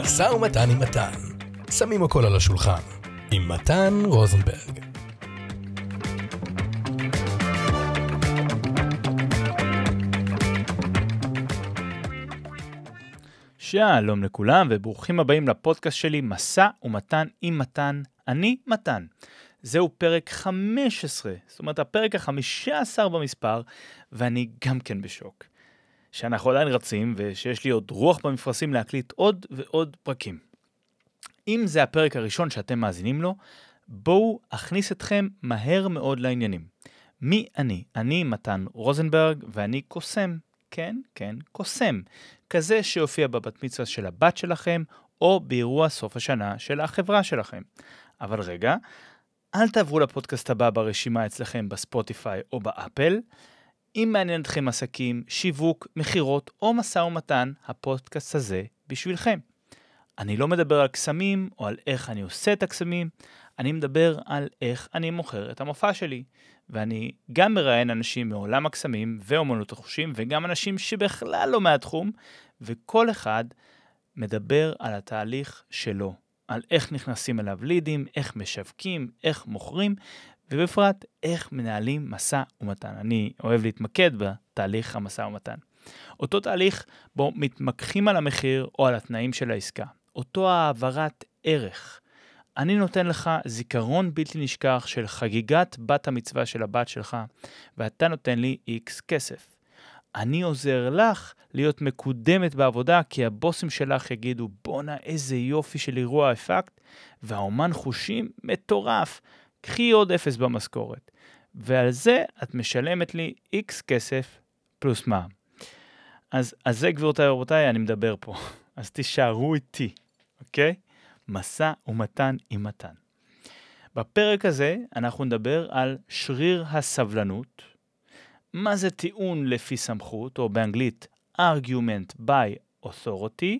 משא ומתן עם מתן. שמים הכל על השולחן. עם מתן רוזנברג. שלום לכולם וברוכים הבאים לפודקאסט שלי משא ומתן עם מתן. אני מתן. זהו פרק 15, זאת אומרת הפרק ה-15 במספר, ואני גם כן בשוק. שאנחנו עדיין רצים ושיש לי עוד רוח במפרשים להקליט עוד ועוד פרקים. אם זה הפרק הראשון שאתם מאזינים לו, בואו אכניס אתכם מהר מאוד לעניינים. מי אני? אני מתן רוזנברג ואני קוסם. כן, קוסם. כזה שיופיע בבת מצווה של הבת שלכם, או באירוע סוף השנה של החברה שלכם. אבל רגע, אל תעברו לפודקאסט הבא ברשימה אצלכם בספוטיפיי או באפל. אם מעניין אתכם עסקים, שיווק, מחירות או משא ומתן, הפודקאסט הזה בשבילכם. אני לא מדבר על קסמים או על איך אני עושה את הקסמים, אני מדבר על איך אני מוכר את המופע שלי. ואני גם מראיין אנשים מעולם הקסמים ואומנות החושים, וגם אנשים שבכלל לא מהתחום, וכל אחד מדבר על התהליך שלו, על איך נכנסים אליו לידים, איך משווקים, איך מוכרים, ובפרט איך מנהלים משא ומתן. אני אוהב להתמקד בתהליך המשא ומתן. אותו תהליך בו מתמקחים על המחיר או על התנאים של העסקה. אותו העברת ערך. אני נותן לך זיכרון בלתי נשכח של חגיגת בת המצווה של הבת שלך, ואתה נותן לי X כסף. אני עוזר לך להיות מקודמת בעבודה, כי הבוסים שלך יגידו, בונה איזה יופי של אירוע הפקת, והאומן חושים מטורף, קחי עוד 0 במשכורת. ועל זה את משלמת לי X כסף פלוס מע"מ. אז זה גבירותיי ורבותיי, אני מדבר פה. אז תישארו איתי, אוקיי? משא ומתן עם מתן. בפרק הזה אנחנו נדבר על שריר הסבלנות, מה זה טיעון לפי סמכות, או באנגלית argument by authority,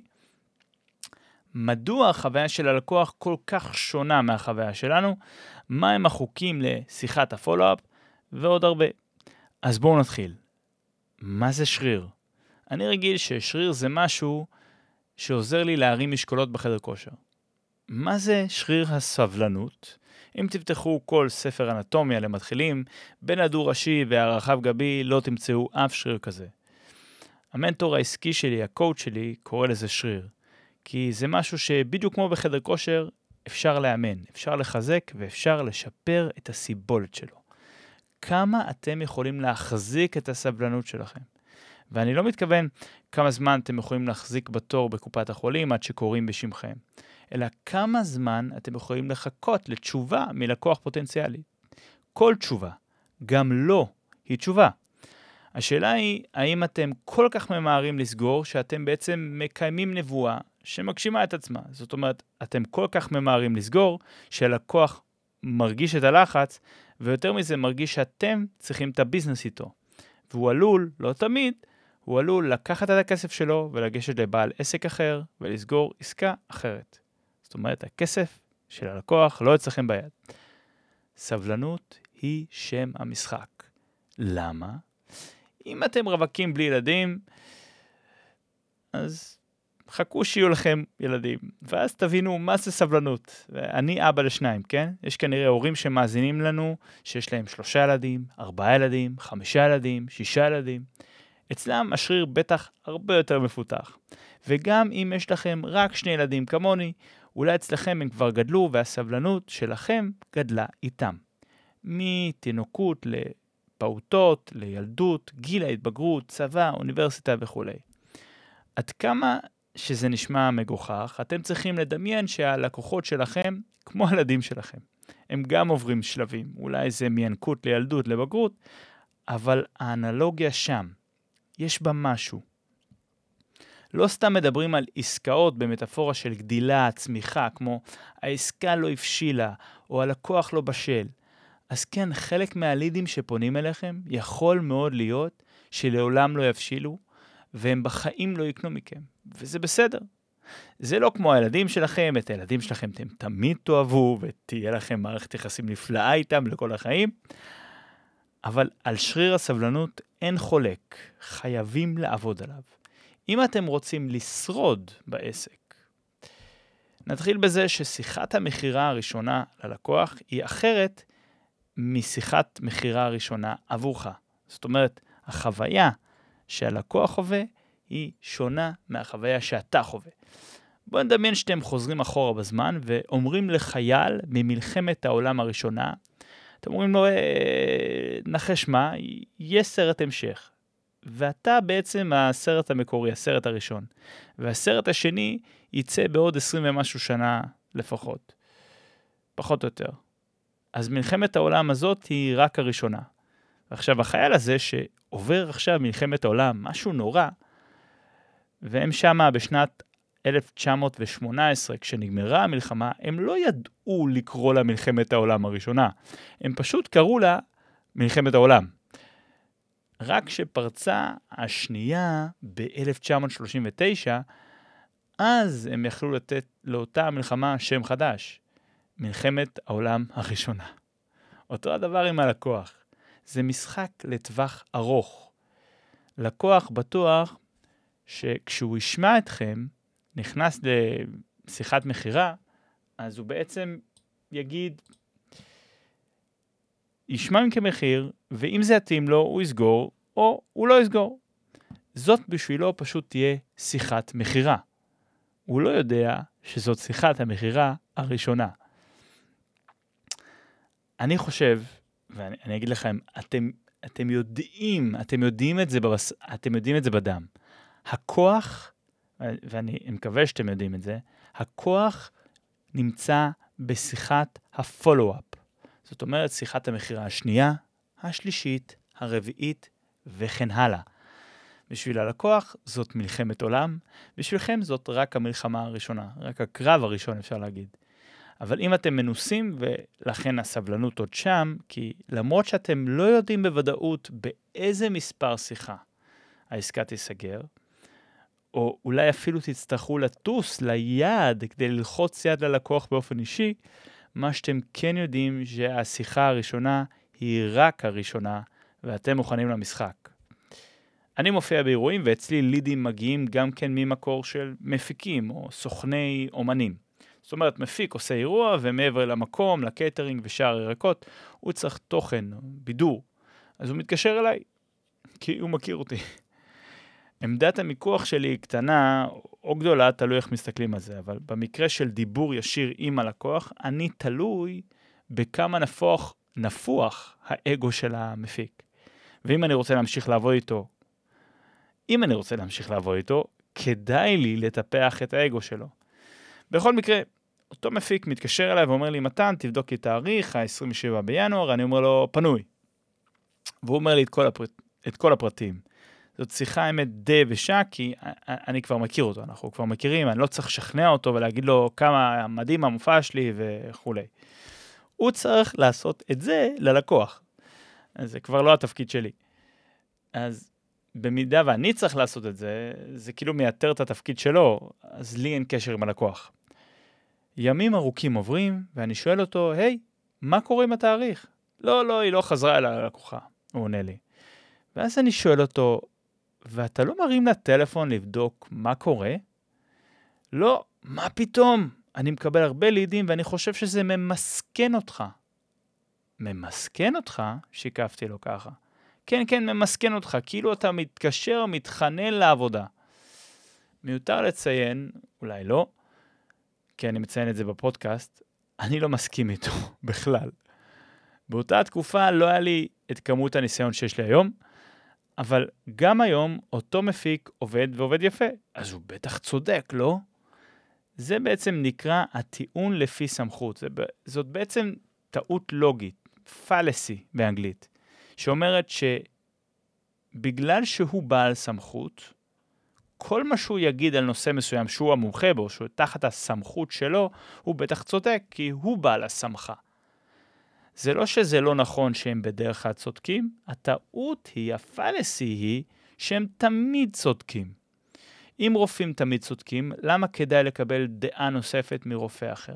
מדוע החוויה של הלקוח כל כך שונה מהחוויה שלנו, מהם החוקים לשיחת הפולו-אפ, ועוד הרבה. אז בואו נתחיל. מה זה שריר? אני רגיל ששריר זה משהו שעוזר לי להרים משקולות בחדר כושר. מה זה שריר הסבלנות? אם תפתחו כל ספר אנטומיה למתחילים, בין הדו ראשי והרחב גבי לא תמצאו אף שריר כזה. המנטור העסקי שלי, הקואוץ' שלי, קורא לזה שריר. כי זה משהו שבדיוק כמו בחדר כושר, אפשר לאמן, אפשר לחזק ואפשר לשפר את הסיבולת שלו. כמה אתם יכולים להחזיק את הסבלנות שלכם? ואני לא מתכוון כמה זמן אתם יכולים להחזיק בתור בקופת החולים עד שקוראים בשמכם. אלא כמה זמן אתם יכולים לחכות לתשובה מלקוח פוטנציאלי. כל תשובה, גם לא, היא תשובה. השאלה היא, האם אתם כל כך ממהרים לסגור, שאתם בעצם מקיימים נבואה שמגשימה את עצמה. זאת אומרת, אתם כל כך ממהרים לסגור, שהלקוח מרגיש את הלחץ, ויותר מזה מרגיש שאתם צריכים את הביזנס איתו. והוא עלול, לא תמיד, הוא עלול לקחת את הכסף שלו, ולגשת לבעל עסק אחר, ולסגור עסקה אחרת. זאת אומרת, הכסף של הלקוח לא אצלכם ביד. סבלנות היא שם המשחק. למה? אם אתם רווקים בלי ילדים, אז חכו שיהיו לכם ילדים, ואז תבינו מה זה סבלנות. אני אבא לשניים, כן? יש כנראה הורים שמאזינים לנו, שיש להם 3 ילדים, 4 ילדים, 5 ילדים, 6 ילדים. אצלם השריר בטח הרבה יותר מפותח. וגם אם יש לכם רק 2 ילדים כמוני, אולי אצלכם הם כבר גדלו והסבלנות שלכם גדלה איתם. מתינוקות לפעוטות, לילדות, גיל ההתבגרות, צבא, אוניברסיטה וכו'. עד כמה שזה נשמע מגוחך, אתם צריכים לדמיין שהלקוחות שלכם, כמו הילדים שלכם, הם גם עוברים שלבים. אולי זה מינקות לילדות, לבגרות, אבל האנלוגיה שם, יש בה משהו. לא סתם מדברים על עסקאות במטאפורה של גדילה, צמיחה, כמו העסקה לא הבשילה, או הלקוח לא בשל. אז כן, חלק מהלידים שפונים אליכם יכול מאוד להיות שלעולם לא יבשילו, והם בחיים לא יקנו מכם. וזה בסדר. זה לא כמו הילדים שלכם, את הילדים שלכם אתם תמיד תאהבו, ותהיה לכם מערכת יחסים נפלאה איתם לכל החיים. אבל על שריר הסבלנות אין חולק, חייבים לעבוד עליו. אם אתם רוצים לשרוד בעסק, נתחיל בזה ששיחת המחירה הראשונה ללקוח היא אחרת משיחת מחירה הראשונה עבורך. זאת אומרת, החוויה שהלקוח חווה היא שונה מהחוויה שאתה חווה. בואו נדמיין שאתם חוזרים אחורה בזמן ואומרים לחייל ממלחמת העולם הראשונה, אתם אומרים לו, נחש מה, יש סרט המשך. ואתה בעצם הסרט המקורי, הסרט הראשון. והסרט השני יצא בעוד 20 ומשהו שנה לפחות. פחות או יותר. אז מלחמת העולם הזאת היא רק הראשונה. ועכשיו החייל הזה שעובר עכשיו מלחמת העולם, משהו נורא, והם שמה בשנת 1918, כשנגמרה המלחמה, הם לא ידעו לקרוא לה מלחמת העולם הראשונה. הם פשוט קראו לה מלחמת העולם. רק שפרצה השנייה ב-1939, אז הם יכלו לתת לאותה מלחמה שם חדש. מלחמת העולם הראשונה. אותו הדבר עם הלקוח. זה משחק לטווח ארוך. לקוח בטוח שכשהוא ישמע אתכם, נכנס לשיחת מחירה, אז הוא בעצם ישמע מכם מחיר, ואם זה יתאים לו, הוא יסגור, או הוא לא יסגור. זאת בשבילו פשוט תהיה שיחת מחירה. הוא לא יודע שזאת שיחת המחירה הראשונה. אני חושב, ואני אגיד לכם, אתם יודעים את זה בדם. הכוח, ואני מקווה שאתם יודעים את זה, הכוח נמצא בשיחת הפולו-אפ. זאת אומרת, שיחת המחירה השנייה, השלישית, הרביעית וכן הלאה. בשביל הלקוח זאת מלחמת עולם, בשבילכם זאת רק המלחמה הראשונה, רק הקרב הראשון אפשר להגיד. אבל אם אתם מנוסים, ולכן הסבלנות עוד שם, כי למרות שאתם לא יודעים בוודאות באיזה מספר שיחה העסקה תיסגר, או אולי אפילו תצטרכו לטוס ליד כדי ללחוץ יד ללקוח באופן אישי, מה שאתם כן יודעים שהשיחה הראשונה היא רק הראשונה, ואתם מוכנים למשחק. אני מופיע באירועים, ואצלי לידים מגיעים גם כן ממקור של מפיקים או סוכני אומנים. זאת אומרת, מפיק עושה אירוע, ומעבר למקום, לקייטרינג ושאר ירקות, הוא צריך תוכן, בידור. אז הוא מתקשר אליי, כי הוא מכיר אותי. עמדת המיקוח שלי היא קטנה או גדולה, תלוי איך מסתכלים על זה, אבל במקרה של דיבור ישיר עם הלקוח, אני תלוי בכמה נפוח האגו של המפיק. ואם אני רוצה להמשיך לעבוד איתו, כדאי לי לטפח את האגו שלו. בכל מקרה, אותו מפיק מתקשר אליי ואומר לי, מתן, תבדוק לי תאריך, ה-27 בינואר, אני אומר לו, פנוי. והוא אומר לי את כל הפרטים. זאת שיחה האמת די ושעה, כי אני כבר מכיר אותו, אנחנו כבר מכירים, אני לא צריך לשכנע אותו ולהגיד לו כמה מדהים המופע שלי וכו'. הוא צריך לעשות את זה ללקוח. אז זה כבר לא התפקיד שלי. אז במידה ואני צריך לעשות את זה, זה כאילו מייתר את התפקיד שלו, אז לי אין קשר עם הלקוח. ימים ארוכים עוברים, ואני שואל אותו, היי, מה קורה עם התאריך? לא, היא לא חזרה אל הלקוחה, הוא עונה לי. ואז אני שואל אותו, ואתה לא מרים לטלפון לבדוק מה קורה? לא, מה פתאום? אני מקבל הרבה לידים, ואני חושב שזה ממסכן אותך. ממסכן אותך? שיקפתי לו ככה. כן, ממסכן אותך, כאילו אתה מתקשר, מתחנן לעבודה. מיותר לציין, אולי לא, כי אני מציין את זה בפודקאסט, אני לא מסכים איתו בכלל. באותה תקופה לא היה לי את כמות הניסיון שיש לי היום, אבל גם היום אותו מפיק עובד ועובד יפה, אז הוא בטח צודק, לא? זה בעצם נקרא הטיעון לפי סמכות. זאת בעצם טעות לוגית, fallacy באנגלית, שאומרת שבגלל שהוא בעל סמכות, כל מה שהוא יגיד על נושא מסוים שהוא המומחה בו, שהוא תחת הסמכות שלו, הוא בטח צודק, כי הוא בעל הסמכה. זה לא שזה לא נכון שהם בדרך כלל צודקים, הטעות היא, הפלסי היא, שהם תמיד צודקים. אם רופאים תמיד צודקים, למה כדאי לקבל דעה נוספת מרופא אחר?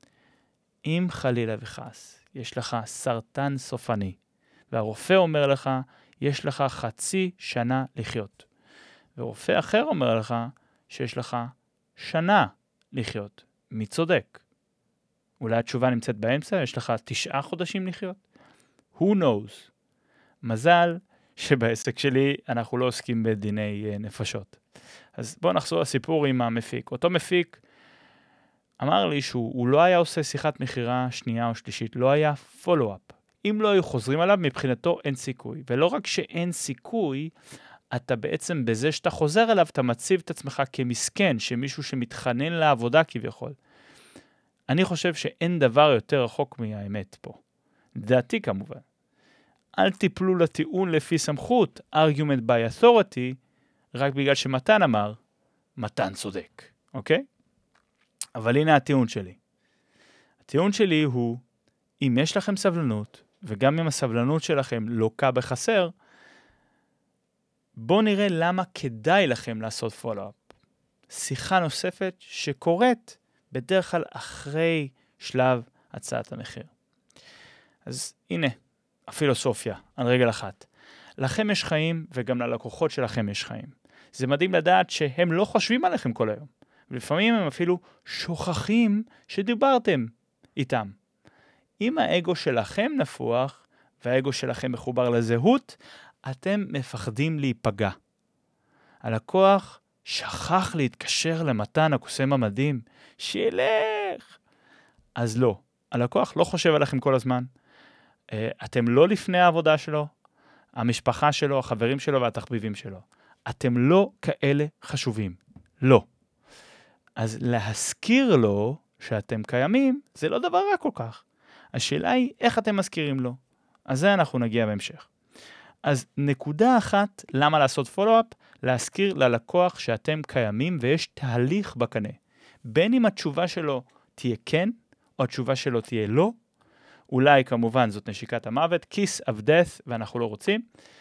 אם חלילה וחס, יש לך סרטן סופני, והרופא אומר לך, יש לך 0.5 שנה לחיות. ורופא אחר אומר לך, שיש לך 1 שנה לחיות. מי צודק? אולי התשובה נמצאת באמצע, יש לך 9 חודשים לחיות? Who knows? מזל שבעסק שלי אנחנו לא עוסקים בדיני נפשות. אז בואו נחזור לסיפור עם המפיק. אותו מפיק אמר לי שהוא לא היה עושה שיחת מחירה שנייה או שלישית, לא היה follow-up. אם לא היו חוזרים עליו, מבחינתו אין סיכוי. ולא רק שאין סיכוי, אתה בעצם בזה שאתה חוזר אליו, אתה מציב את עצמך כמסכן, שמישהו שמתחנן לעבודה כביכול. אני חושב שאין דבר יותר רחוק מהאמת פה. דעתי כמובן. אל תיפלו לטיעון לפי סמכות, argument by authority, רק בגלל שמתן אמר, מתן צודק, אוקיי? אבל הנה הטיעון שלי. הטיעון שלי הוא, אם יש לכם סבלנות, וגם אם הסבלנות שלכם לוקה בחסר, בואו נראה למה כדאי לכם לעשות follow-up. שיחה נוספת שקורית בדרך כלל אחרי שלב הצעת המחיר. אז הנה, הפילוסופיה, על רגל אחת. לכם יש חיים וגם ללקוחות שלכם יש חיים. זה מדהים לדעת שהם לא חושבים עליכם כל היום. ולפעמים הם אפילו שוכחים שדיברתם איתם. אם האגו שלכם נפוח והאגו שלכם מחובר לזהות, אתם מפחדים להיפגע. הלקוח שכח להתקשר למתן הקוסם המדהים, שילך. אז לא, הלקוח לא חושב עליכם כל הזמן. אתם לא לפני העבודה שלו, המשפחה שלו, החברים שלו והתחביבים שלו. אתם לא כאלה חשובים. לא. אז להזכיר לו שאתם קיימים, זה לא דבר רע כל כך. השאלה היא איך אתם מזכירים לו. אז זה אנחנו נגיע בהמשך. אז נקודה אחת, למה לעשות follow-up? להזכיר ללקוח שאתם קיימים ויש תהליך בקנה. בין אם התשובה שלו תהיה כן, או התשובה שלו תהיה לא, אולי כמובן זאת נשיקת המוות, kiss of death, ואנחנו לא רוצים,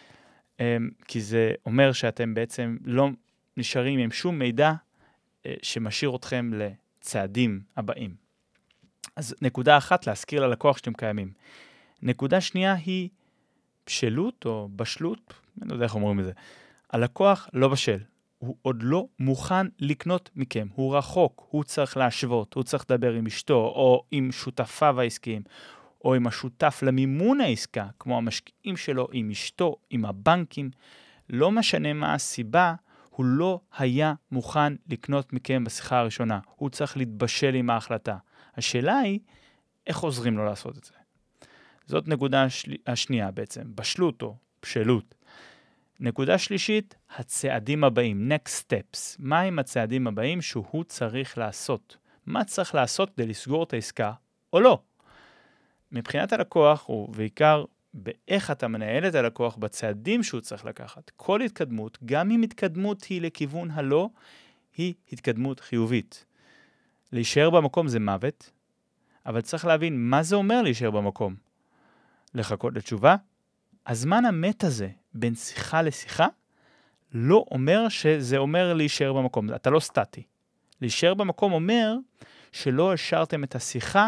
כי זה אומר שאתם בעצם לא נשארים עם שום מידע שמשאיר אתכם לצעדים הבאים. אז נקודה אחת, להזכיר ללקוח שאתם קיימים. נקודה שנייה היא בשלות או בשלות, אני לא יודע איך אומרים את זה. הלקוח לא בשל, הוא עוד לא מוכן לקנות מכם, הוא רחוק, הוא צריך להשוות, הוא צריך לדבר עם אשתו או עם שותפיו העסקיים, או עם השותף למימון העסקה, כמו המשקיעים שלו, עם אשתו, עם הבנקים, לא משנה מה הסיבה, הוא לא היה מוכן לקנות מכם בשיחה הראשונה, הוא צריך להתבשל עם ההחלטה. השאלה היא, איך עוזרים לו לעשות את זה? זאת נקודה השנייה בעצם, בשלות או בשלות. נקודה שלישית, הצעדים הבאים, next steps. מה עם הצעדים הבאים שהוא צריך לעשות? מה צריך לעשות כדי לסגור את העסקה או לא? מבחינת הלקוח, ובעיקר באיך אתה מנהל את הלקוח בצעדים שהוא צריך לקחת. כל התקדמות, גם אם התקדמות היא לכיוון הלא, היא התקדמות חיובית. להישאר במקום זה מוות, אבל צריך להבין מה זה אומר להישאר במקום. לחכות לתשובה? הזמן המת הזה בין שיחה לשיחה לא אומר שזה אומר להישאר במקום. אתה לא סטטי. להישאר במקום אומר שלא השארתם את השיחה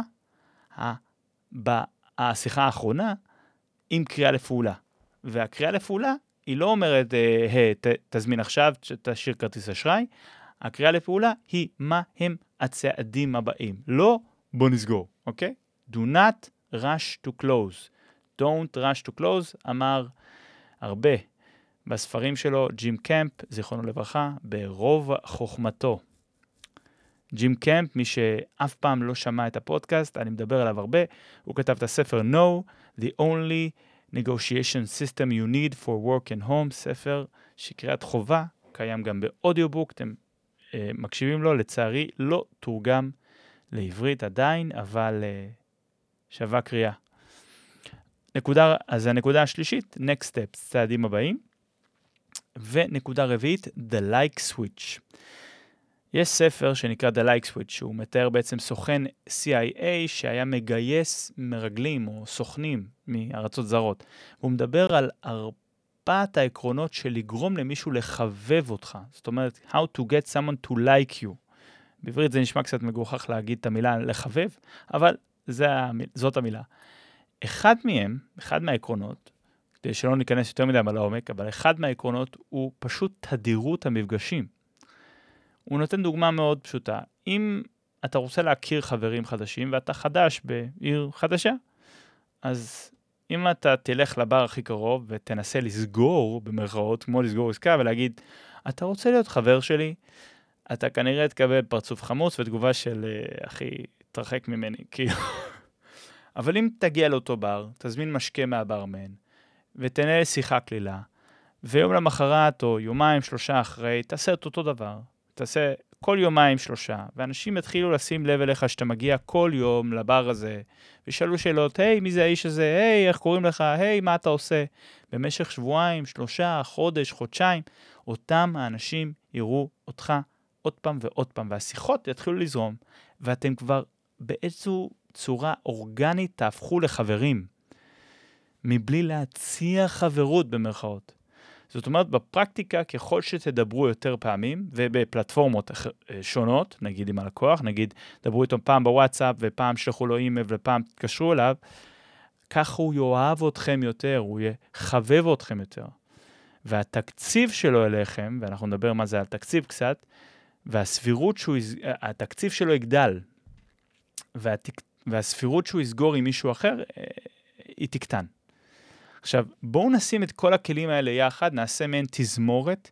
השיחה האחרונה עם קריאה לפעולה. והקריאה לפעולה היא לא אומרת, תזמין עכשיו, תשאיר כרטיס אשראי. הקריאה לפעולה היא מה הם הצעדים הבאים. לא, בוא נסגור, אוקיי? Do not rush to close. Don't rush to close, אמר הרבה בספרים שלו, ג'ים קמפ, זיכרונו לברכה, ברוב חוכמתו. ג'ים קמפ, מי שאף פעם לא שמע את הפודקאסט, אני מדבר עליו הרבה, הוא כתב את הספר No, the only negotiation system you need for work and home, ספר שקריאת חובה, קיים גם באודיובוק, אתם מקשיבים לו, לצערי לא תורגם לעברית עדיין, אבל שווה קריאה. אז הנקודה השלישית, next steps, צעדים הבאים, ונקודה רביעית, the like switch. יש ספר שנקרא The Like Switch, שהוא מתאר בעצם סוכן CIA שהיה מגייס מרגלים או סוכנים מארצות זרות. הוא מדבר על 4 העקרונות של לגרום למישהו לחבב אותך. זאת אומרת, how to get someone to like you. בעברית זה נשמע קצת מגוחך להגיד את המילה לחבב, אבל זאת המילה. אחד מהעקרונות, כדי שלא ניכנס יותר מדי לעומק, אבל אחד מהעקרונות הוא פשוט תדירות המפגשים. הוא נותן דוגמה מאוד פשוטה. אם אתה רוצה להכיר חברים חדשים, ואתה חדש בעיר חדשה. אז אם אתה תלך לבר הכי קרוב, ותנסה לסגור, במרכאות, כמו לסגור עסקה, ולהגיד, אתה רוצה להיות חבר שלי? אתה כנראה תקבל פרצוף חמוץ, ותגובה של, אחי, תרחק ממני, כאילו. אבל אם תגיע לאותו בר, תזמין משקה מהברמן, ותנהל שיחה כלילה, ויום למחרת, או יומיים, 3 אחרי, תעשה את אותו דבר. תעשה כל יומיים 3, ואנשים יתחילו לשים לב אליך שאתה מגיע כל יום לבר הזה, ושאלו שאלות, היי, מי זה האיש הזה? היי, איך קוראים לך? היי, מה אתה עושה? במשך 2, 3, חודש, חודשיים, אותם האנשים יראו אותך עוד פעם ועוד פעם, והשיחות יתחילו לזרום, ואתם כבר באיזו צורה אורגנית תהפכו לחברים, מבלי להציע חברות במרכאות. זאת אומרת, בפרקטיקה, ככל שתדברו יותר פעמים, ובפלטפורמות שונות, נגיד עם הלקוח, נגיד, דברו איתו פעם בוואטסאפ, ופעם שלחו לו אימייל, ופעם תתקשרו אליו, ככה הוא יאהב אתכם יותר, הוא יחבב אתכם יותר. והתקציב שלו אליכם, ואנחנו נדבר מה זה על תקציב קצת, והסבירות התקציב שלו יגדל, והסבירות שהוא יסגור עם מישהו אחר, היא תקטן. עכשיו, בואו נשים את כל הכלים האלה יחד, נעשה מעין תזמורת,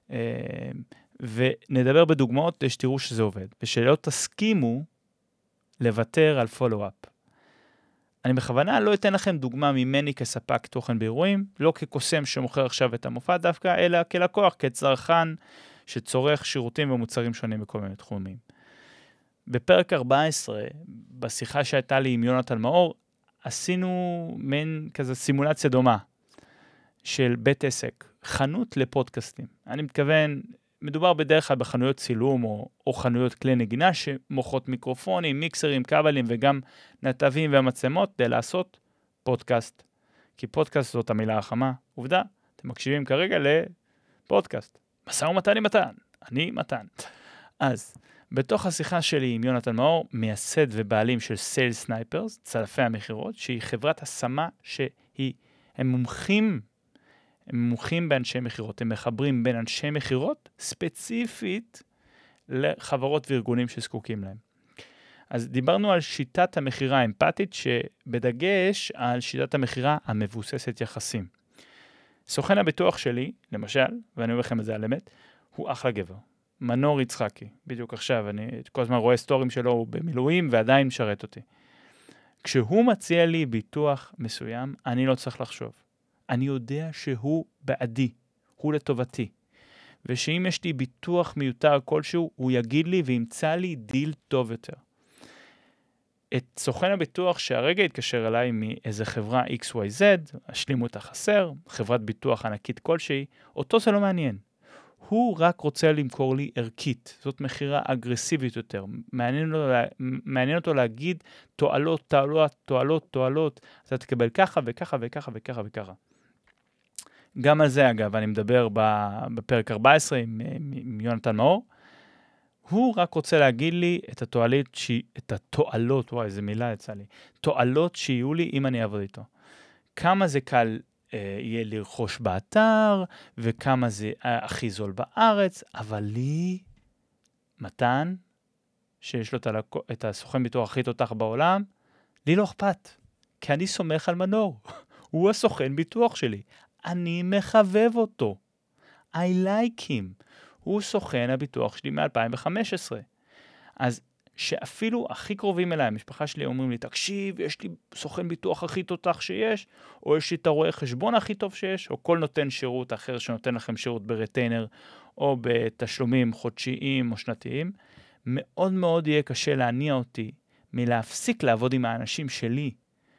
ונדבר בדוגמאות שתראו שזה עובד, ושלא תסכימו לוותר על פולו-אפ. אני בכוונה לא אתן לכם דוגמה ממני כספק תוכן באירועים, לא כקוסם שמוכר עכשיו את המופע דווקא, אלא כלקוח, כצרכן שצורך שירותים ומוצרים שונים בכל מיני תחומים. בפרק 14, בשיחה שהייתה לי עם יונתן מאור, עשינו מעין כזה סימולציה דומה של בית עסק, חנות לפודקאסטים. אני מתכוון, מדובר בדרך כלל בחנויות צילום או חנויות כלי נגינה שמוכרות מיקרופונים, מיקסרים, קבלים וגם נתבים ומצלמות כדי לעשות פודקאסט. כי פודקאסט זאת המילה החמה. עובדה, אתם מקשיבים כרגע לפודקאסט. משא ומתן עם מתן. אני מתן. אז בתוך השיחה שלי עם יונתן מאור, מייסד ובעלים של Sales Snipers, צלפי המחירות, שהיא חברת השמה הם מומחים באנשי מחירות. הם מחברים בין אנשי מחירות ספציפית לחברות וארגונים שזקוקים להם. אז דיברנו על שיטת המחירה האמפתית, שבדגש על שיטת המחירה המבוססת יחסים. סוכן הביטוח שלי, למשל, ואני אומר לכם את זה על אמת, הוא אחלה גבר. מנור יצחקי, בדיוק עכשיו, אני כל הזמן רואה סטורים שלו, הוא במילואים ועדיין משרת אותי. כשהוא מציע לי ביטוח מסוים, אני לא צריך לחשוב. אני יודע שהוא בעדי, הוא לטובתי. ושאם יש לי ביטוח מיותר כלשהו, הוא יגיד לי וימצא לי דיל טוב יותר. את סוכן הביטוח שהרגע התקשר אליי מאיזה חברה XYZ, השלימו את החסר, חברת ביטוח ענקית כלשהי, אותו זה לא מעניין. הוא רק רוצה למכור לי ערכית, זאת מחירה אגרסיבית יותר. מעניין אותו להגיד תועלות, אתה תקבל ככה וככה וככה וככה וככה. גם על זה אגב, אני מדבר בפרק 14 עם יונתן מאור, הוא רק רוצה להגיד לי את התועלות, וואי, איזה מילה יצא לי, תועלות שיהיו לי אם אני אעבוד איתו. כמה זה קל יהיה לרכוש באתר, וכמה זה הכי זול בארץ, אבל לי, מתן, שיש לו את הסוכן ביטוח הכי תותח בעולם, לי לא אכפת, כי אני סומך על מנור. הוא הסוכן ביטוח שלי. אני מחבב אותו. I like him. הוא סוכן הביטוח שלי מ-2015. אז שאפילו הכי קרובים אליי, המשפחה שלי אומרים לי, תקשיב, יש לי סוכן ביטוח הכי תותח שיש, או יש לי את הרואה חשבון הכי טוב שיש, או כל נותן שירות אחר שנותן לכם שירות ברטיינר, או בתשלומים חודשיים או שנתיים, מאוד מאוד יהיה קשה להניע אותי מלהפסיק לעבוד עם האנשים שלי.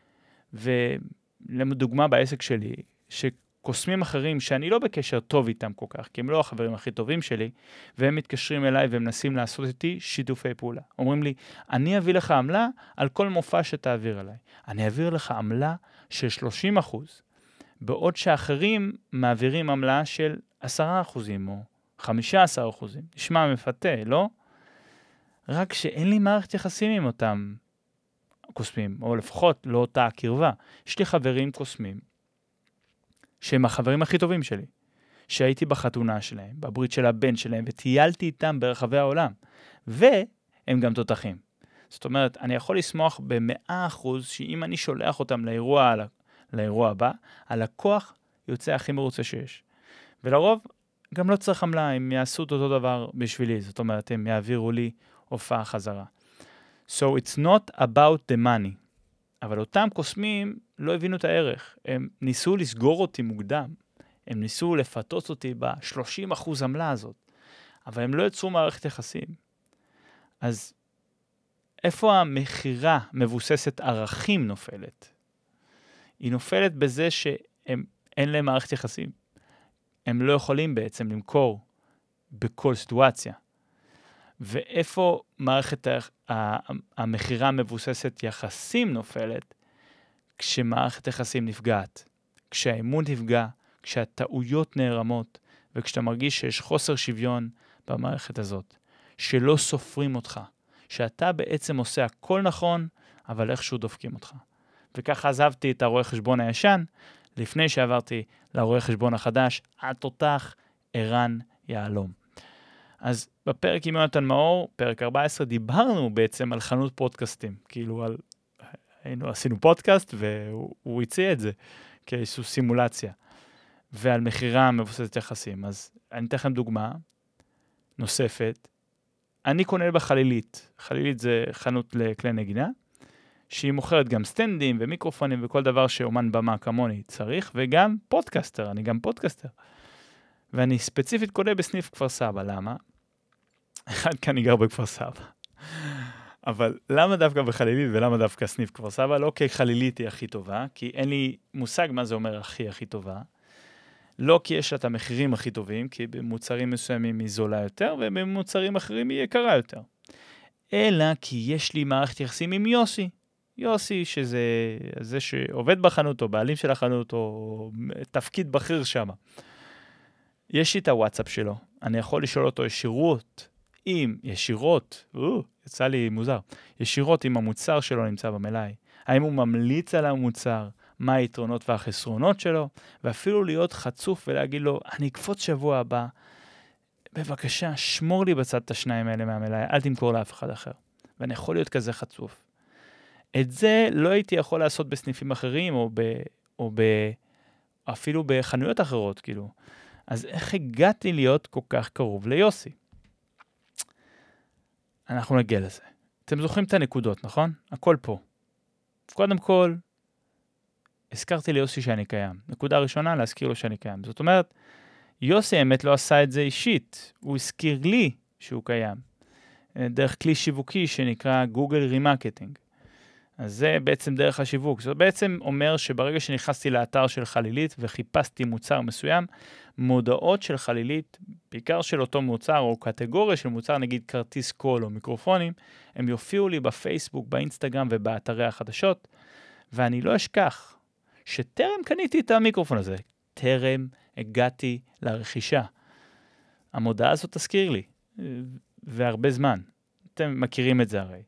ולדוגמה בעסק שלי, קוסמים אחרים שאני לא בקשר טוב איתם כל כך, כי הם לא החברים הכי טובים שלי, והם מתקשרים אליי ומנסים לעשות איתי שיתופי פעולה. אומרים לי, אני אביא לך עמלה על כל מופע שתעביר אליי. אני אעביר לך עמלה של 30%, בעוד שאחרים מעבירים עמלה של 10% או 15%. נשמע מפתה, לא? רק שאין לי מערכת יחסים עם אותם קוסמים, או לפחות לא אותה הקרבה. יש לי חברים קוסמים, שהם החברים הכי טובים שלי, שהייתי בחתונה שלהם, בברית של הבן שלהם, וטיילתי איתם ברחבי העולם. והם הם גם תותחים. זאת אומרת, אני יכול לשמוח ב100% שאם אני שולח אותם לאירוע הבא, הלקוח יוצא הכי מרוצה שיש. ולרוב, גם לא צריך עמלה, הם יעשו את אותו דבר בשבילי, זאת אומרת, הם יעבירו לי הופעה חזרה. So it's not about the money. אבל אותם קוסמים לא הבינו את הערך. הם ניסו לסגור אותי מוקדם. הם ניסו לפתות אותי ב-30% עמלה הזאת. אבל הם לא יצרו מערכת יחסים. אז איפה המחירה מבוססת ערכים נופלת? היא נופלת בזה שאין להם מערכת יחסים. הם לא יכולים בעצם למכור בכל סיטואציה. ואיפה מערכת המחירה מבוססת יחסים נופלת? כשמערכת יחסים נפגעת, כשהאמון נפגע, כשהטעויות נערמות, וכשאתה מרגיש שיש חוסר שוויון במערכת הזאת, שלא סופרים אותך, שאתה בעצם עושה הכל נכון, אבל איכשהו דופקים אותך. וככה עזבתי את הרואה חשבון הישן, לפני שעברתי לרואה חשבון החדש, התותח ערן יהלום. אז בפרק עם יונתן מאור, פרק 14, דיברנו בעצם על חנות פודקאסטים, כאילו עשינו פודקאסט והוא הציע את זה כאיזושהי סימולציה, ועל מחירה מבוססת יחסים. אז אני אתן לכם דוגמה נוספת. אני קונה בחלילית. חלילית זה חנות לכלי נגינה, שהיא מוכרת גם סטנדים ומיקרופונים וכל דבר שאומן במה כמוני צריך, וגם פודקאסטר, אני גם פודקאסטר. ואני ספציפית קונה בסניף כפר סבא. למה? אחד כאן אני גר בכפר סבא. אבל למה דווקא בחלילית ולמה דווקא סניף כפר סבא? לא כי חלילית היא הכי טובה, כי אין לי מושג מה זה אומר הכי טובה. לא כי יש לה את המחירים הכי טובים, כי במוצרים מסוימים היא זולה יותר, ובמוצרים אחרים היא יקרה יותר. אלא כי יש לי מערכת יחסים עם יוסי. יוסי שזה זה שעובד בחנות, או בעלים של החנות, או תפקיד בכיר שם. יש לי את הוואטסאפ שלו. אני יכול לשאול אותו יצא לי מוזר, ישירות אם המוצר שלו נמצא במלאי. האם הוא ממליץ על המוצר, מה היתרונות והחסרונות שלו, ואפילו להיות חצוף ולהגיד לו, אני אקפוץ שבוע הבא, בבקשה, שמור לי בצד את השניים האלה מהמלאי, אל תמכור לאף אחד אחר. ואני יכול להיות כזה חצוף. את זה לא הייתי יכול לעשות בסניפים אחרים, או אפילו בחנויות אחרות, כאילו. אז איך הגעתי להיות כל כך קרוב ליוסי? אנחנו נגיע לזה. אתם זוכרים את הנקודות, נכון? הכל פה. קודם כל, הזכרתי ליוסי שאני קיים. נקודה ראשונה, להזכיר לו שאני קיים. זאת אומרת, יוסי האמת לא עשה את זה אישית. הוא הזכיר לי שהוא קיים. דרך כלי שיווקי שנקרא גוגל רימרקטינג. אז זה בעצם דרך השיווק. זה בעצם אומר שברגע שנכנסתי לאתר של חלילית וחיפשתי מוצר מסוים, מודעות של חלילית, בעיקר של אותו מוצר או קטגוריה של מוצר, נגיד כרטיס קול או מיקרופונים, הם יופיעו לי בפייסבוק, באינסטגרם ובאתרי החדשות, ואני לא אשכח שטרם קניתי את המיקרופון הזה, טרם הגעתי לרכישה. המודעה הזאת תזכיר לי, והרבה זמן. אתם מכירים את זה הרי.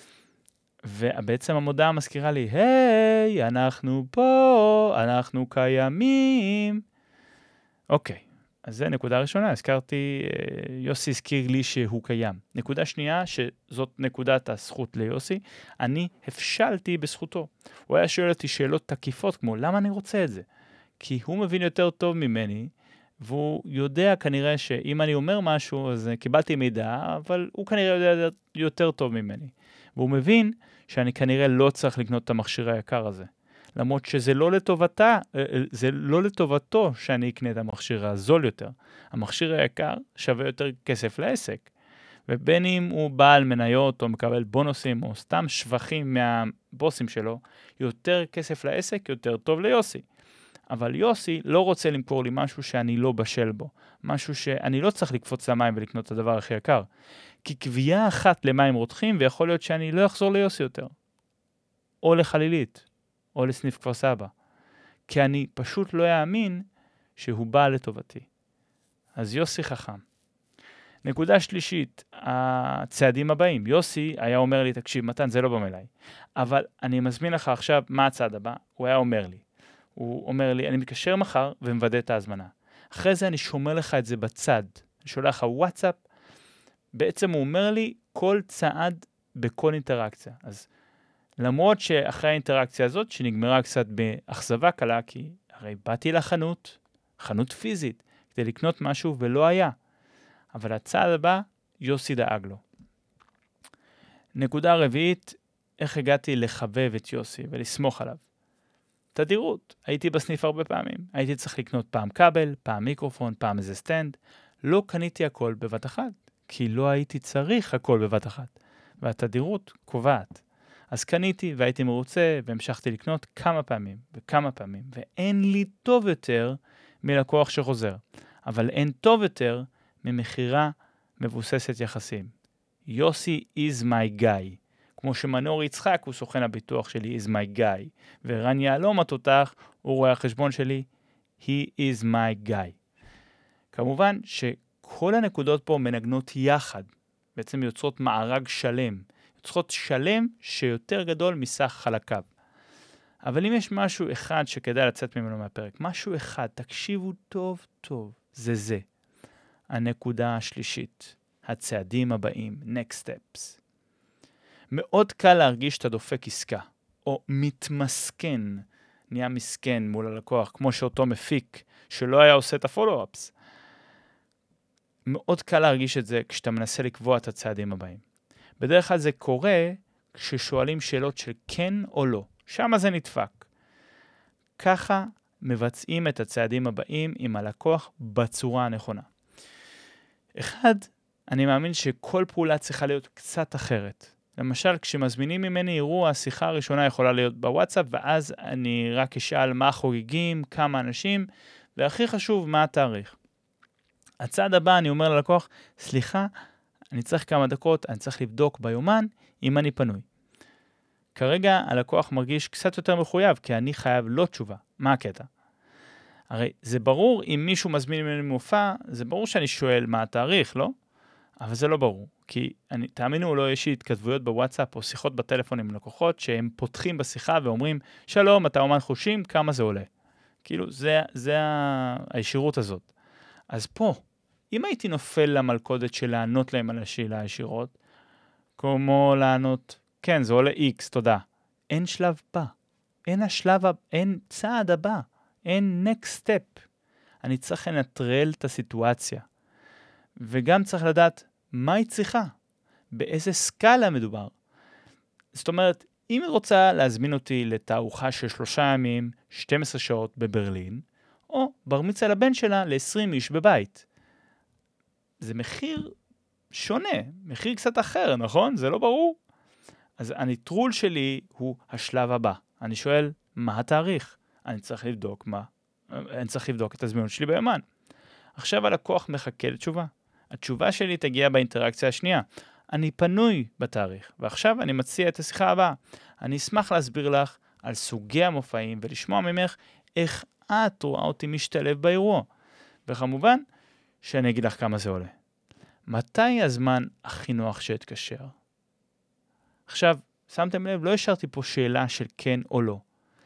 ובעצם המודעה מזכירה לי, היי, אנחנו פה, אנחנו קיימים. אוקיי, אז זה נקודה ראשונה, הזכרתי, יוסי הזכיר לי שהוא קיים. נקודה שנייה, שזאת נקודת הזכות ליוסי, אני הפשלתי בזכותו. הוא היה שואל אותי שאלות תקיפות, כמו למה אני רוצה את זה? כי הוא מבין יותר טוב ממני, והוא יודע כנראה שאם אני אומר משהו, אז קיבלתי מידע, אבל הוא כנראה יודע יותר טוב ממני. והוא מבין שאני כנראה לא צריך לקנות את המכשיר היקר הזה. למרות שזה לא לטובתו שאני אקנה את המכשיר הזול יותר. המכשיר היקר שווה יותר כסף לעסק. ובין אם הוא בעל מניות או מקבל בונוסים או סתם שבחים מהבוסים שלו, יותר כסף לעסק, יותר טוב ליוסי. אבל יוסי לא רוצה למכור לי משהו שאני לא בשל בו. משהו שאני לא צריך לקפוץ למים ולקנות את הדבר הכי יקר. כי קביעה אחת למים רותחים, ויכול להיות שאני לא אחזור ליוסי יותר. או לחלילית, או לסניף כפר סבא. כי אני פשוט לא אאמין שהוא בא לטובתי. אז יוסי חכם. נקודה שלישית, הצעדים הבאים. יוסי היה אומר לי, תקשיב, מתן, זה לא במלאי. אבל אני מזמין לך עכשיו מה הצעד הבא. הוא היה אומר לי. הוא אומר לי, אני מתקשר מחר ומוודא את ההזמנה. אחרי זה אני שומר לך את זה בצד. אני שולח לך וואטסאפ, בעצם הוא אומר לי כל צעד בכל אינטראקציה. אז למרות שאחרי האינטראקציה הזאת, שנגמרה קצת באכזבה קלה, כי הרי באתי לחנות, חנות פיזית, כדי לקנות משהו ולא היה. אבל הצעד הבא, יוסי דאג לו. נקודה רביעית, איך הגעתי לחבב את יוסי ולסמוך עליו. תדירות, הייתי בסניף הרבה פעמים. הייתי צריך לקנות פעם כבל, פעם מיקרופון, פעם איזה סטנד. לא קניתי הכל בבת אחת, כי לא הייתי צריך הכל בבת אחת. והתדירות קובעת. אז קניתי והייתי מרוצה והמשכתי לקנות כמה פעמים וכמה פעמים. ואין לי טוב יותר מלקוח שחוזר. אבל אין טוב יותר ממחירה מבוססת יחסים. יוסי is my guy. כמו שמנור יצחק הוא סוכן הביטוח שלי is my guy. ורן יעלום התותח הוא רואה החשבון שלי he is my guy. כמובן שכל הנקודות פה מנגנות יחד. בעצם יוצרות מארג שלם. יוצרות שלם שיותר גדול מסך חלקיו. אבל אם יש משהו אחד שכדאי לצאת ממנו מהפרק, משהו אחד, תקשיבו טוב טוב, זה. הנקודה השלישית, הצעדים הבאים, next steps. מאוד קל להרגיש שאתה דופק עסקה, או מתמסכן, נהיה מסכן מול הלקוח, כמו שאותו מפיק, שלא היה עושה את הפולו-אפס. מאוד קל להרגיש את זה כשאתה מנסה לקבוע את הצעדים הבאים. בדרך כלל זה קורה כששואלים שאלות של כן או לא. שם זה נדפק. ככה מבצעים את הצעדים הבאים עם הלקוח בצורה הנכונה. אחד, אני מאמין שכל פעולה צריכה להיות קצת אחרת. למשל, כשמזמינים ממני אירוע, השיחה הראשונה יכולה להיות בוואטסאפ, ואז אני רק אשאל מה חוגגים, כמה אנשים, והכי חשוב, מה התאריך. הצעד הבא, אני אומר ללקוח, סליחה, אני צריך כמה דקות, אני צריך לבדוק ביומן אם אני פנוי. כרגע הלקוח מרגיש קצת יותר מחויב, כי אני חייב לא תשובה. מה הקטע? הרי זה ברור, אם מישהו מזמין ממני מופע, זה ברור שאני שואל מה התאריך, לא? אבל זה לא ברור, כי תאמינו לא, יש לי התכתבויות בוואטסאפ או שיחות בטלפון עם לקוחות, שהם פותחים בשיחה ואומרים, שלום, אתה אומן חושים, כמה זה עולה? כאילו, זה הישירות הזאת. אז פה, אם הייתי נופל למלכודת של לענות להם על השאלה הישירות, כמו לענות, כן, זה עולה X, תודה. אין שלב בא. אין צעד הבא. אין next step. אני צריך לנטרל את הסיטואציה. וגם צריך לדעת מה היא צריכה. באיזה סקאלה מדובר. זאת אומרת, אם היא רוצה להזמין אותי לתערוכה של 3 ימים, 12 שעות בברלין, או בר מצווה לבן שלה ל-20 איש בבית. זה מחיר שונה, מחיר קצת אחר, נכון? זה לא ברור. אז הניטרול שלי הוא השלב הבא. אני שואל, מה התאריך? אני צריך לבדוק את הזמינות שלי ביומן. עכשיו הלקוח מחכה לתשובה. התשובה שלי תגיע באינטראקציה השנייה. אני פנוי בתאריך, ועכשיו אני מציע את השיחה הבאה. אני אשמח להסביר לך על סוגי המופעים ולשמוע ממך איך את רואה אותי משתלב באירוע. וכמובן שאני אגיד לך כמה זה עולה. מתי הזמן הכי נוח שאתקשר? עכשיו, שמתם לב, לא השארתי פה שאלה של כן או לא.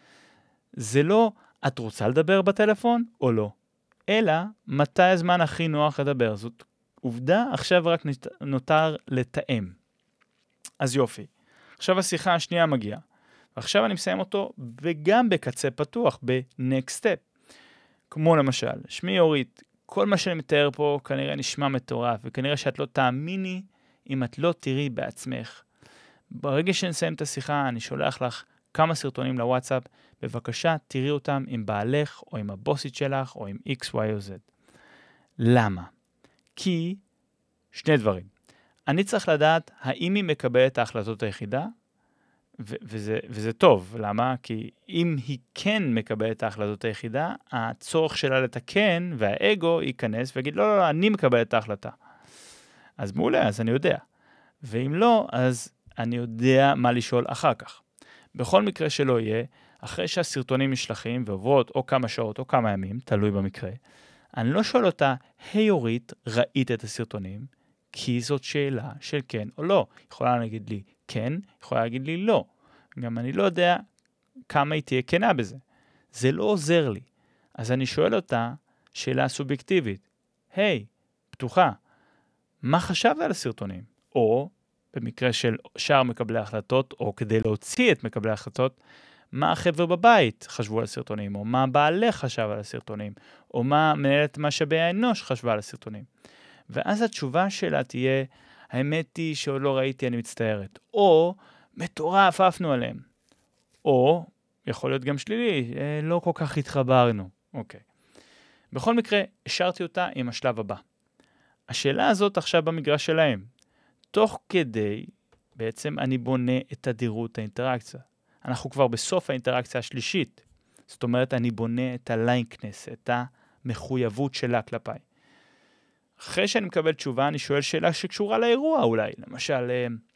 זה לא, את רוצה לדבר בטלפון או לא, אלא מתי הזמן הכי נוח לדבר. זאת עובדה, עכשיו רק נותר לתאם. אז יופי. עכשיו השיחה השנייה מגיעה. ועכשיו אני מסיים אותו, וגם בקצה פתוח, ב-next step. כמו למשל, שמי אורית, כל מה שאני מתאר פה כנראה נשמע מטורף, וכנראה שאת לא תאמיני אם את לא תראי בעצמך. ברגע שנסיים את השיחה, אני שולח לך כמה סרטונים לוואטסאפ, בבקשה תראי אותם עם בעלך, או עם הבוסית שלך, או עם X, Y או Z. למה? כי שני דברים. אני צריך לדעת האם היא מקבלת את ההחלטות היחידה, וזה טוב. למה? כי אם היא כן מקבלת את ההחלטות היחידה, הצורך שלה לתקן והאגו ייכנס ויגיד, לא, אני מקבל את ההחלטה. אז מעולה, אז אני יודע. ואם לא, אז אני יודע מה לשאול אחר כך. בכל מקרה שלא יהיה, אחרי שהסרטונים נשלחים ועוברות או כמה שעות או כמה ימים, תלוי במקרה, אני לא שואל אותה, היי אורית, ראית את הסרטונים? כי זאת שאלה של כן או לא. יכולה להגיד לי כן, יכולה להגיד לי לא. גם אני לא יודע כמה היא תהיה כנה בזה. זה לא עוזר לי. אז אני שואל אותה שאלה סובייקטיבית. היי, פתוחה, מה חשבת על הסרטונים? או, במקרה של שאר מקבלי ההחלטות, או כדי להוציא את מקבלי ההחלטות, מה החבר'ה בבית חשבו על הסרטונים, או מה בעלך חשב על הסרטונים, או מה מנהלת משאבי האנוש חשבה על הסרטונים. ואז התשובה שלה תהיה, האמת היא שעוד לא ראיתי, אני מצטערת. או, מטורף, עפנו עליהם. או, יכול להיות גם שלילי, לא כל כך התחברנו. אוקיי. בכל מקרה, השארתי אותה עם השלב הבא. השאלה הזאת עכשיו במגרש שלהם. תוך כדי, בעצם אני בונה את תדירות האינטראקציה. אנחנו כבר בסוף האינטראקציה השלישית. זאת אומרת, אני בונה את הליינקנס, את המחויבות שלה כלפיי. אחרי שאני מקבל תשובה, אני שואל שאלה שקשורה לאירוע אולי. למשל,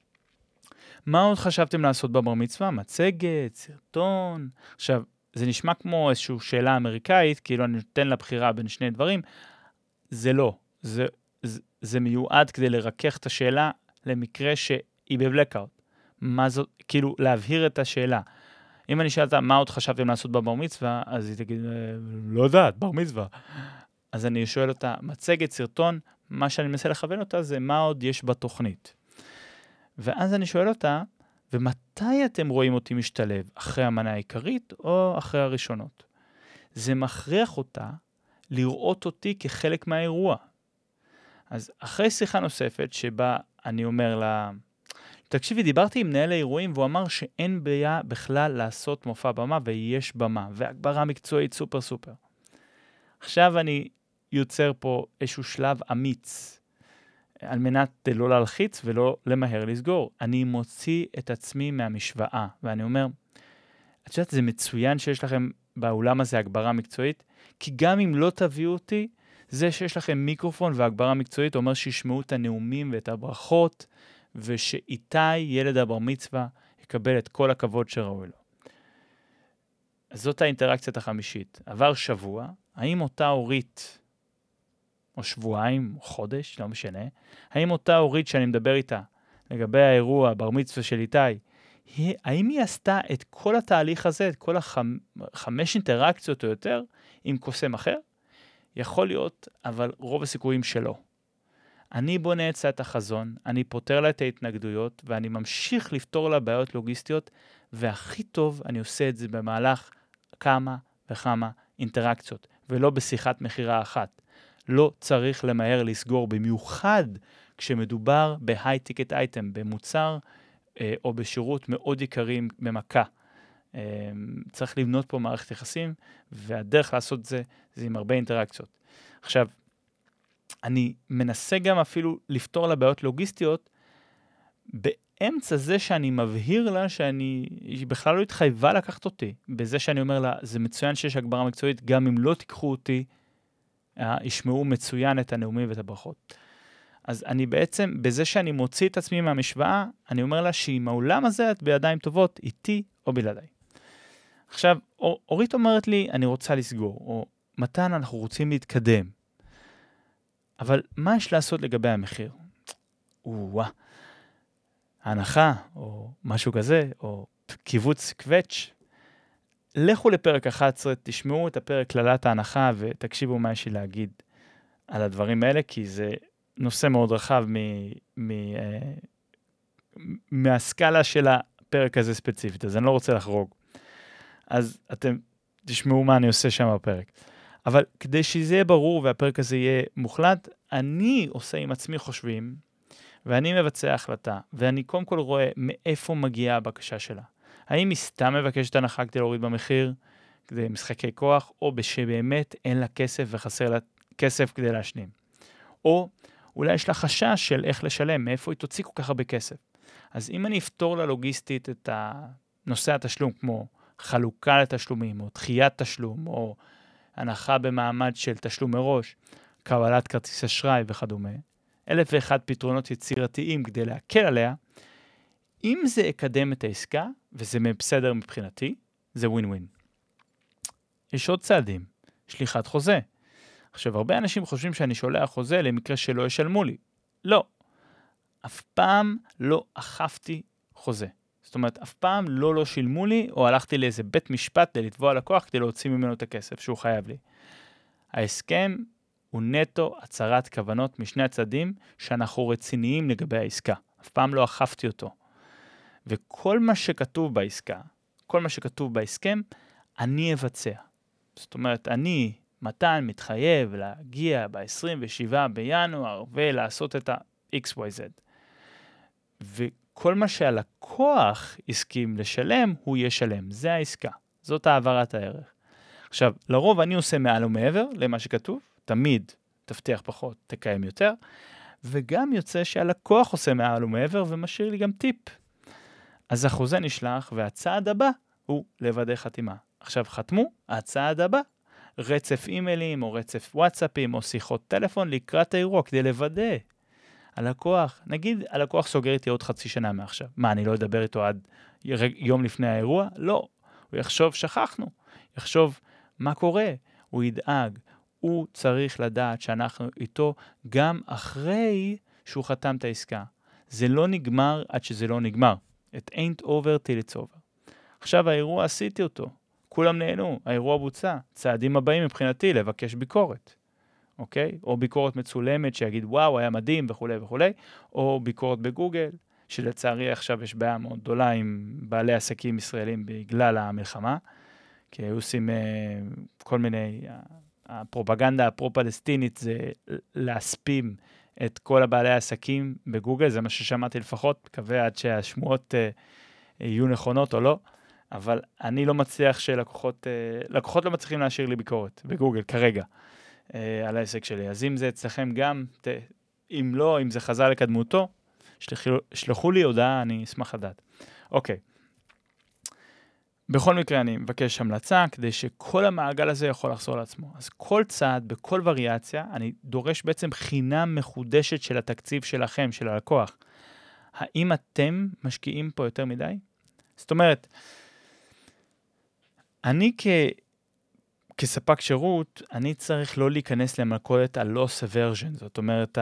מה עוד חשבתם לעשות בבר מצווה? מצגת, סרטון? עכשיו, זה נשמע כמו איזושהי שאלה אמריקאית, כאילו אני נותן לה בחירה בין שני דברים. זה לא. זה מיועד כדי לרכך את השאלה למקרה שהיא בבלקאוט. מה זאת? כאילו, להבהיר את השאלה. אם אני שאלת מה עוד חשבתם לעשות בבר מצווה, אז היא תגיד, לא יודעת, בר מצווה. אז אני שואל אותה, מצגת, סרטון, מה שאני מנסה לכוון אותה זה מה עוד יש בתוכנית. ואז אני שואל אותה, ומתי אתם רואים אותי משתלב? אחרי המנה העיקרית או אחרי הראשונות? זה מכריח אותה לראות אותי כחלק מהאירוע. אז אחרי שיחה נוספת שבה אני אומר לה, תקשיבי, דיברתי עם מנהל האירועים והוא אמר שאין בעיה בכלל לעשות מופע במה ויש במה, והגברה מקצועית סופר סופר. עכשיו אני יוצר פה איזשהו שלב אמיץ, על מנת לא להלחיץ ולא למהר לסגור. אני מוציא את עצמי מהמשוואה, ואני אומר, את יודעת, זה מצוין שיש לכם באולם הזה הגברה מקצועית, כי גם אם לא תביאו אותי, זה שיש לכם מיקרופון והגברה מקצועית אומר שישמעו את הנאומים ואת הברכות, ושאיתי, ילד הבר מצווה, יקבל את כל הכבוד שראוי לו. אז זאת האינטראקציית החמישית. עבר שבוע, האם אותה הורית, או שבועיים, או חודש, לא משנה, האם אותה הורית שאני מדבר איתה, לגבי האירוע, בר מצווה של איתי, האם היא עשתה את כל התהליך הזה, את כל החמש אינטראקציות או יותר, עם קוסם אחר? יכול להיות, אבל רוב הסיכויים שלא. אני בונה אצלה את החזון, אני פותר לה את ההתנגדויות, ואני ממשיך לפתור לה בעיות לוגיסטיות, והכי טוב אני עושה את זה במהלך כמה וכמה אינטראקציות, ולא בשיחת מחירה אחת. לא צריך למהר לסגור, במיוחד כשמדובר בהיי-טיקט אייטם, במוצר או בשירות מאוד יקרים במכה. צריך לבנות פה מערכת יחסים, והדרך לעשות זה עם הרבה אינטראקציות. עכשיו, אני מנסה גם אפילו לפתור לה בעיות לוגיסטיות, באמצע זה שאני מבהיר לה שהיא בכלל לא התחייבה לקחת אותי, בזה שאני אומר לה, זה מצוין שיש הגברה מקצועית, גם אם לא תיקחו אותי, ישמעו מצוין את הנאומים ואת הברכות. אז אני בעצם, בזה שאני מוציא את עצמי מהמשוואה, אני אומר לה שעם העולם הזה את בידיים טובות, איתי או בלעדיי. עכשיו, אורית אומרת לי, אני רוצה לסגור, או מתן אנחנו רוצים להתקדם. אבל מה יש לעשות לגבי המחיר? ההנחה, או משהו כזה, או קיבוץ קווץ'. לכו לפרק 11, תשמעו את הפרק כללת ההנחה, ותקשיבו מה יש לי להגיד על הדברים האלה, כי זה נושא מאוד רחב מהסקאלה של הפרק הזה ספציפית, אז אני לא רוצה לחרוג. אז אתם תשמעו מה אני עושה שם בפרק. אבל כדי שזה יהיה ברור והפרק הזה יהיה מוחלט, אני עושה עם עצמי חושבים, ואני מבצע החלטה, ואני קודם כל רואה מאיפה מגיעה הבקשה שלה. האם היא סתם מבקשת הנחה כדי להוריד במחיר, כדי משחקי כוח, או שבאמת אין לה כסף וחסר לה כסף כדי להשלים. או אולי יש לה חשש של איך לשלם, מאיפה היא תוציא כל כך הרבה כסף. אז אם אני אפתור לה לוגיסטית את נושא התשלום, כמו חלוקה לתשלומים, או דחיית תשלום, או הנחה במעמד של תשלום מראש, קבלת כרטיס אשראי וכדומה, 1,001 פתרונות יצירתיים כדי להקל עליה, אם זה יקדם את העסקה, וזה בסדר מבחינתי, זה ווין ווין. יש עוד צעדים, שליחת חוזה. עכשיו, הרבה אנשים חושבים שאני שולח חוזה למקרה שלא ישלמו לי. לא. אף פעם לא אכפתי חוזה. זאת אומרת, אף פעם לא שילמו לי, או הלכתי לאיזה בית משפט לתבוע לקוח כדי להוציא ממנו את הכסף שהוא חייב לי. ההסכם הוא נטו הצהרת כוונות משני הצדדים שאנחנו רציניים לגבי העסקה. אף פעם לא אכפתי אותו. וכל מה שכתוב בעסקה, כל מה שכתוב בהסכם, אני אבצע. זאת אומרת, אני, מתן, מתחייב להגיע ב-27 בינואר ולעשות את ה-XYZ. וכל מה שהלקוח הסכים לשלם, הוא ישלם. זה העסקה. זאת העברת הערך. עכשיו, לרוב אני עושה מעל ומעבר למה שכתוב, תמיד תבטיח פחות, תקיים יותר, וגם יוצא שהלקוח עושה מעל ומעבר ומשאיר לי גם טיפ. אז החוזה נשלח, והצעד הבא הוא לוודא חתימה. עכשיו חתמו, הצעד הבא, רצף אימיילים או רצף וואטסאפים או שיחות טלפון לקראת האירוע, כדי לוודא. הלקוח, נגיד הלקוח סוגר איתי עוד חצי שנה מעכשיו. מה, אני לא אדבר איתו עד יום לפני האירוע? לא. הוא יחשוב, שכחנו. יחשוב, מה קורה? הוא ידאג. הוא צריך לדעת שאנחנו איתו גם אחרי שהוא חתם את העסקה. זה לא נגמר עד שזה לא נגמר. It ain't over till it's over. עכשיו האירוע עשיתי אותו. כולם נהנו, האירוע בוצע. צעדים הבאים מבחינתי לבקש ביקורת. אוקיי? או ביקורת מצולמת שיגיד וואו, היה מדהים וכו' וכו'. או ביקורת בגוגל, שלצערי עכשיו יש בעיה מאוד גדולה עם בעלי עסקים ישראלים בגלל המלחמה. כי היו עושים כל מיני, הפרופגנדה הפרו-פלסטינית זה להספים את כל הבעלי העסקים בגוגל, זה מה ששמעתי לפחות, מקווה עד שהשמועות יהיו נכונות או לא, אבל אני לא מצליח לקוחות לא מצליחים להשאיר לי ביקורת בגוגל כרגע על העסק שלי. אז אם זה אצלכם גם, אם לא, אם זה חזר לקדמותו, שלחו לי הודעה, אני אשמח לדעת. אוקיי. בכל מקרה אני מבקש המלצה, כדי שכל המעגל הזה יכול לחזור לעצמו. אז כל צעד, בכל וריאציה, אני דורש בעצם חינם מחודשת של התקציב שלכם, של הלקוח. האם אתם משקיעים פה יותר מדי? זאת אומרת, אני כספק שירות, אני צריך לא להיכנס למלכודת ה-loss aversion, זאת אומרת,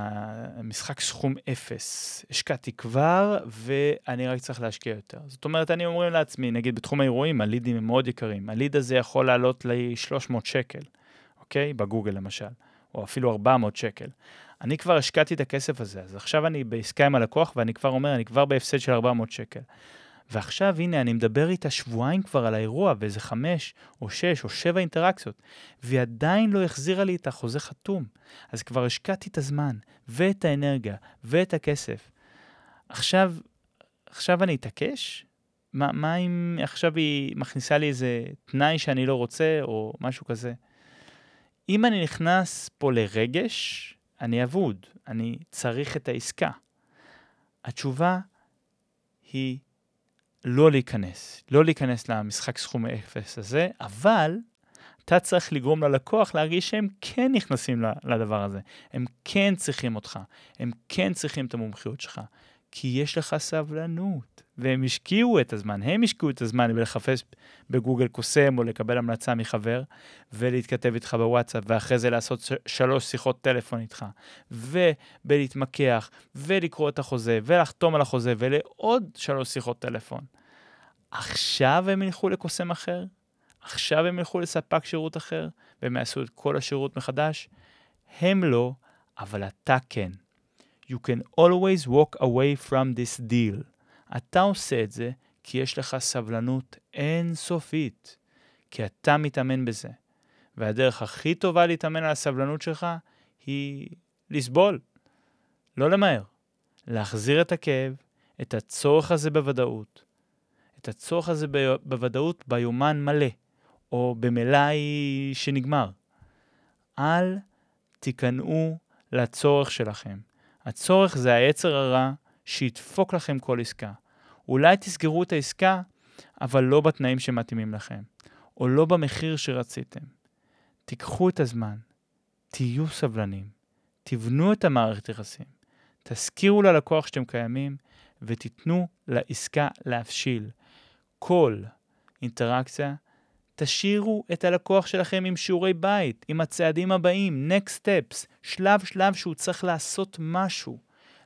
המשחק סכום 0. השקעתי כבר, ואני רק צריך להשקיע יותר. זאת אומרת, אני אומרים לעצמי, נגיד בתחום האירועים, הלידים הם מאוד יקרים. הליד הזה יכול לעלות לי 300 שקל, אוקיי? בגוגל למשל, או אפילו 400 שקל. אני כבר השקעתי את הכסף הזה, אז עכשיו אני בעסקה עם הלקוח, ואני כבר אומר, אני כבר בהפסד של 400 שקל. ועכשיו, הנה, אני מדבר איתה שבועיים כבר על האירוע, ואיזה 5 או 6 או 7 אינטראקציות, והיא עדיין לא החזירה לי את החוזה חתום. אז כבר השקעתי את הזמן, ואת האנרגיה, ואת הכסף. עכשיו אני אתעקש? מה אם עכשיו היא מכניסה לי איזה תנאי שאני לא רוצה, או משהו כזה? אם אני נכנס פה לרגש, אני אבוד, אני צריך את העסקה. התשובה היא לא להיכנס למשחק סכום 0 הזה, אבל אתה צריך לגרום ללקוח להרגיש שהם כן נכנסים לדבר הזה. הם כן צריכים אותך, הם כן צריכים את המומחיות שלך, כי יש לך סבלנות, והם השקיעו את הזמן, ולחפש בגוגל קוסם, או לקבל המלצה מחבר, ולהתכתב איתך בוואטסאפ, ואחרי זה לעשות 3 שיחות טלפון איתך, ובלהתמקח, ולקרוא את החוזה, ולחתום על החוזה, ולעוד 3 שיחות טלפון. עכשיו הם ילכו לקוסם אחר, עכשיו הם ילכו לספק שירות אחר, והם יעשו את כל השירות מחדש. הם לא, אבל אתה כן. You can always walk away from this deal. אתה עושה את זה כי יש לך סבלנות אינסופית, כי אתה מתאמן בזה. והדרך הכי טובה להתאמן על הסבלנות שלך היא לסבול, לא למהר. להחזיר את הכאב, את הצורך הזה בוודאות. את הצורך הזה בוודאות ביומן מלא, או במלאי שנגמר. אל תיכנעו לצורך שלכם. הצורך זה היצר הרע שידפוק לכם כל עסקה. אולי תסגרו את העסקה, אבל לא בתנאים שמתאימים לכם, או לא במחיר שרציתם. תיקחו את הזמן, תהיו סבלנים, תבנו את המערכת יחסים, תזכירו ללקוח שאתם קיימים, ותיתנו לעסקה להפשיל. כל אינטראקציה, תשאירו את הלקוח שלכם עם שיעורי בית, עם הצעדים הבאים, next steps, שלב שהוא צריך לעשות משהו,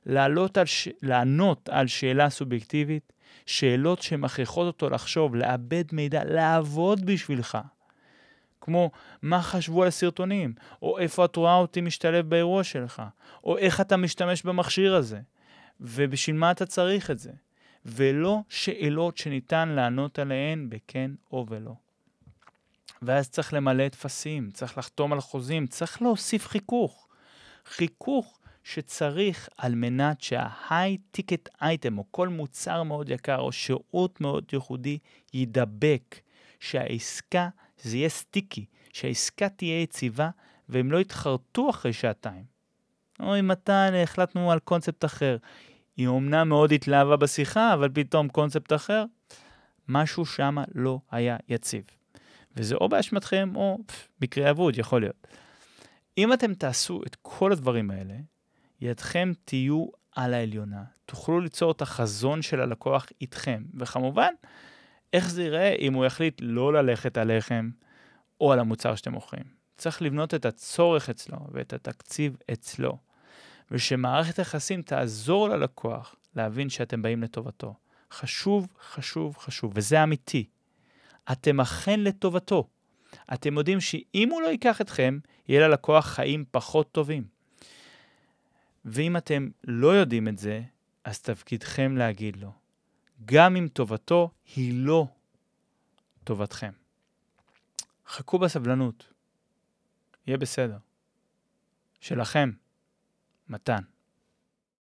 לענות על שאלה סובייקטיבית, שאלות שמכריחות אותו לחשוב, לאבד מידע, לעבוד בשבילך. כמו מה חשבו על הסרטונים, או איפה את רואה אותי משתלב באירוע שלך, או איך אתה משתמש במכשיר הזה, ובשביל מה אתה צריך את זה, ולא שאלות שניתן לענות עליהן בכן או ולא. ואז צריך למלא תפסים, צריך לחתום על חוזים, צריך להוסיף חיכוך. חיכוך שצריך על מנת שה-high-ticket item, או כל מוצר מאוד יקר, או שירות מאוד ייחודי, ידבק, שהעסקה, זה יהיה סטיקי, שהעסקה תהיה יציבה, והם לא יתחרטו אחרי שעתיים. או אם מתן החלטנו על קונספט אחר, היא אומנם מאוד התלהבה בשיחה, אבל פתאום קונספט אחר, משהו שם לא היה יציב. וזה או באשמתכם, או מקרה אבוד, יכול להיות. אם אתם תעשו את כל הדברים האלה, ידכם תהיו על העליונה. תוכלו ליצור את החזון של הלקוח איתכם. וכמובן, איך זה ייראה אם הוא יחליט לא ללכת עליכם או על המוצר שאתם מוכרים. צריך לבנות את הצורך אצלו ואת התקציב אצלו. ושמערכת היחסים תעזור ללקוח להבין שאתם באים לטובתו. חשוב, חשוב, חשוב. וזה אמיתי. אתם אכן לטובתו. אתם יודעים שאם הוא לא ייקח אתכם, יהיה ללקוח חיים פחות טובים. ואם אתם לא יודעים את זה, אז תפקידכם להגיד לו. גם אם טובתו היא לא טובתכם. חכו בסבלנות. יהיה בסדר. שלכם, מתן.